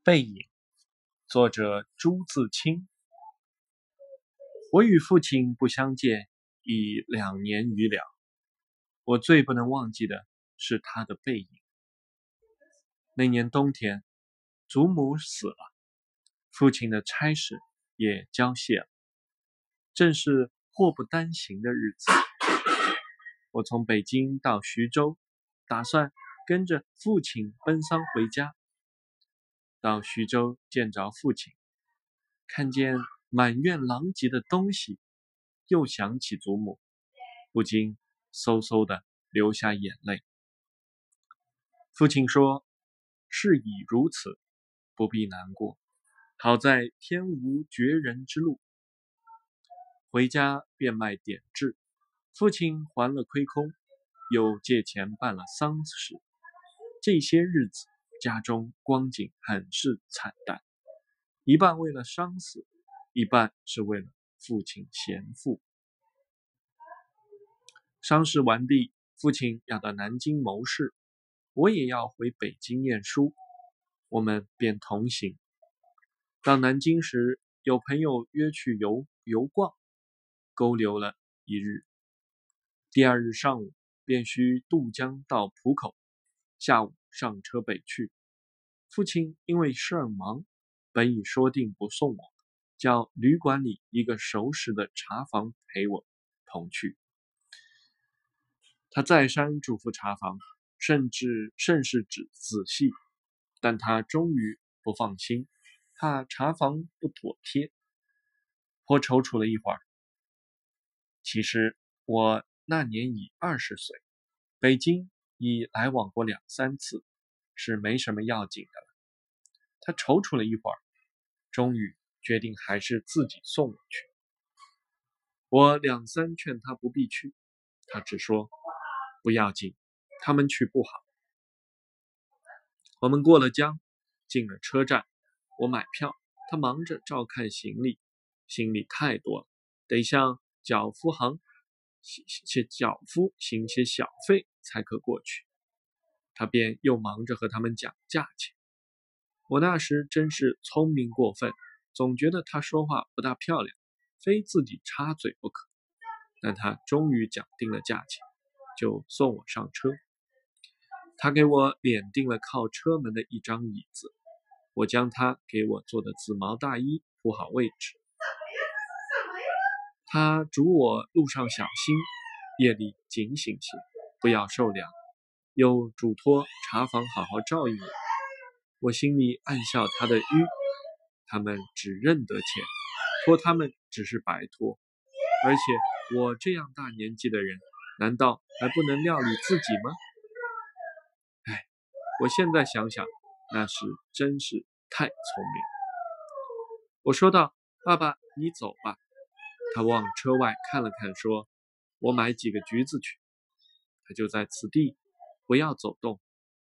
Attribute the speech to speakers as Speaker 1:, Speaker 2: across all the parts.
Speaker 1: 背影，作者朱自清。我与父亲不相见已2年余了，我最不能忘记的是他的背影。那年冬天，祖母死了，父亲的差事也交卸了，正是祸不单行的日子。我从北京到徐州，打算跟着父亲奔丧回家。到徐州见着父亲，看见满院狼藉的东西，又想起祖母，不禁嗖嗖的流下眼泪。父亲说：“事已如此，不必难过，好在天无绝人之路。”回家变卖典质，父亲还了亏空，又借钱办了丧事。这些日子家中光景很是惨淡，一半为了丧事，一半是为了父亲贤父。丧事完毕，父亲要到南京谋事，我也要回北京念书，我们便同行。到南京时，有朋友约去游逛，勾留了一日。第2日上午便须渡江到浦口，下午上车北去。父亲因为事儿忙，本已说定不送我，叫旅馆里一个熟识的茶房陪我同去。他再三嘱咐茶房，甚是仔细，但他终于不放心，怕茶房不妥帖，颇踌躇了一会儿。其实我那年已20岁，北京已来往过2、3次，是没什么要紧的了。他踌躇了一会儿，终于决定还是自己送我去。我2、3劝他不必去，他只说不要紧，他们去不好。我们过了江，进了车站，我买票，他忙着照看行李，行李太多了，得向脚夫行些小费才可过去。他便又忙着和他们讲价钱。我那时真是聪明过分，总觉得他说话不大漂亮，非自己插嘴不可。但他终于讲定了价钱，就送我上车。他给我敛定了靠车门的一张椅子，我将他给我做的紫毛大衣铺好位置。他嘱我路上小心，夜里警醒些，不要受凉，又嘱托茶房好好照应我。我心里暗笑他的愚，他们只认得钱，托他们只是白托，而且我这样大年纪的人，难道还不能料理自己吗？我现在想想，那时真是太聪明。我说道：“爸爸，你走吧。”他往车外看了看，说：“我买几个橘子去。”他就在此地，不要走动。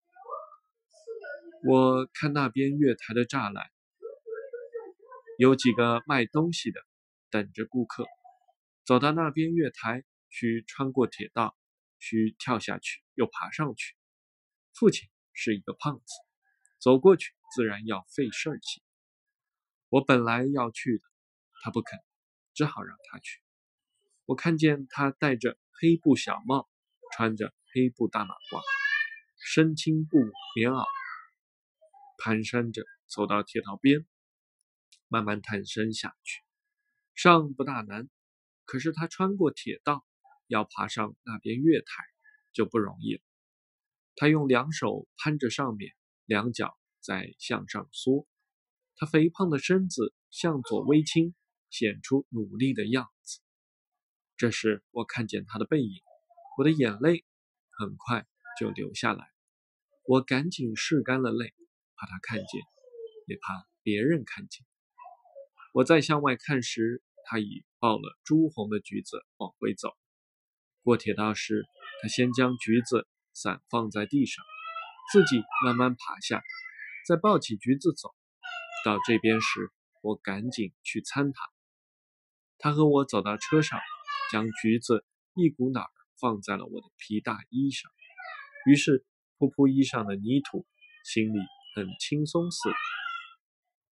Speaker 1: 我看那边月台的栅栏，有几个卖东西的，等着顾客。走到那边月台，需穿过铁道，需跳下去，又爬上去。父亲是一个胖子，走过去自然要费事儿些。我本来要去的，他不肯，只好让他去。我看见他戴着黑布小帽，穿着黑布大马褂，身青布棉袄，蹒跚着走到铁道边，慢慢探身下去。上不大难，可是他穿过铁道，要爬上那边月台，就不容易了。他用2手攀着上面，2脚再向上缩。他肥胖的身子向左微倾，显出努力的样子。这时我看见他的背影，我的眼泪很快就流下来。我赶紧拭干了泪，怕他看见，也怕别人看见。我再向外看时，他已抱了朱红的橘子往回走。过铁道时，他先将橘子散放在地上，自己慢慢爬下，再抱起橘子走。到这边时，我赶紧去参他。他和我走到车上，将橘子一股脑放在了我的皮大衣上，于是扑扑衣上的泥土，心里很轻松似的。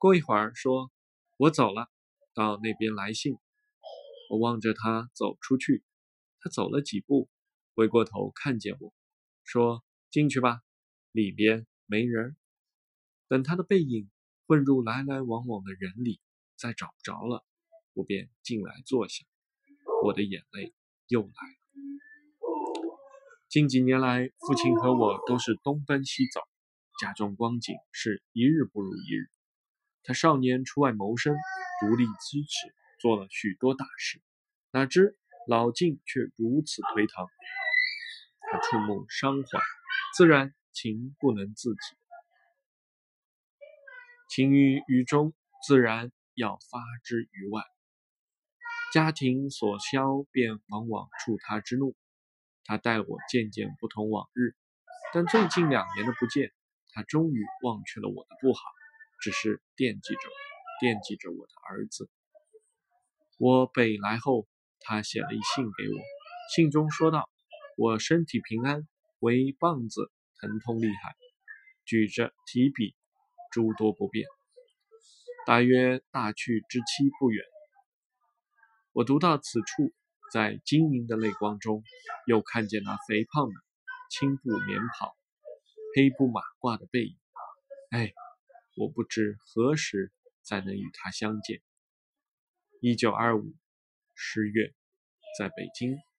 Speaker 1: 过一会儿说：“我走了，到那边来信。”我望着他走出去，他走了几步，回过头看见我，说：“进去吧，里边没人。”等他的背影混入来来往往的人里，再找不着了，我便进来坐下。我的眼泪又来了。近几年来，父亲和我都是东奔西走，家中光景是一日不如一日。他少年出外谋生，独立支持，做了许多大事，哪知老境却如此推搪。他触目伤怀，自然情不能自己，情于于中，自然要发之于外。家庭所消，便往往触他之怒。他待我渐渐不同往日，但最近2年的不见，他终于忘却了我的不好，只是惦记着我的儿子。我北来后，他写了一信给我，信中说道：“我身体平安，唯棒子疼痛厉害，举着提笔诸多不便，大约大去之期不远。”我读到此处，在晶莹的泪光中，又看见那肥胖的青布棉袍、黑布马褂的背影。哎，我不知何时才能与他相见。1925 10月，在北京。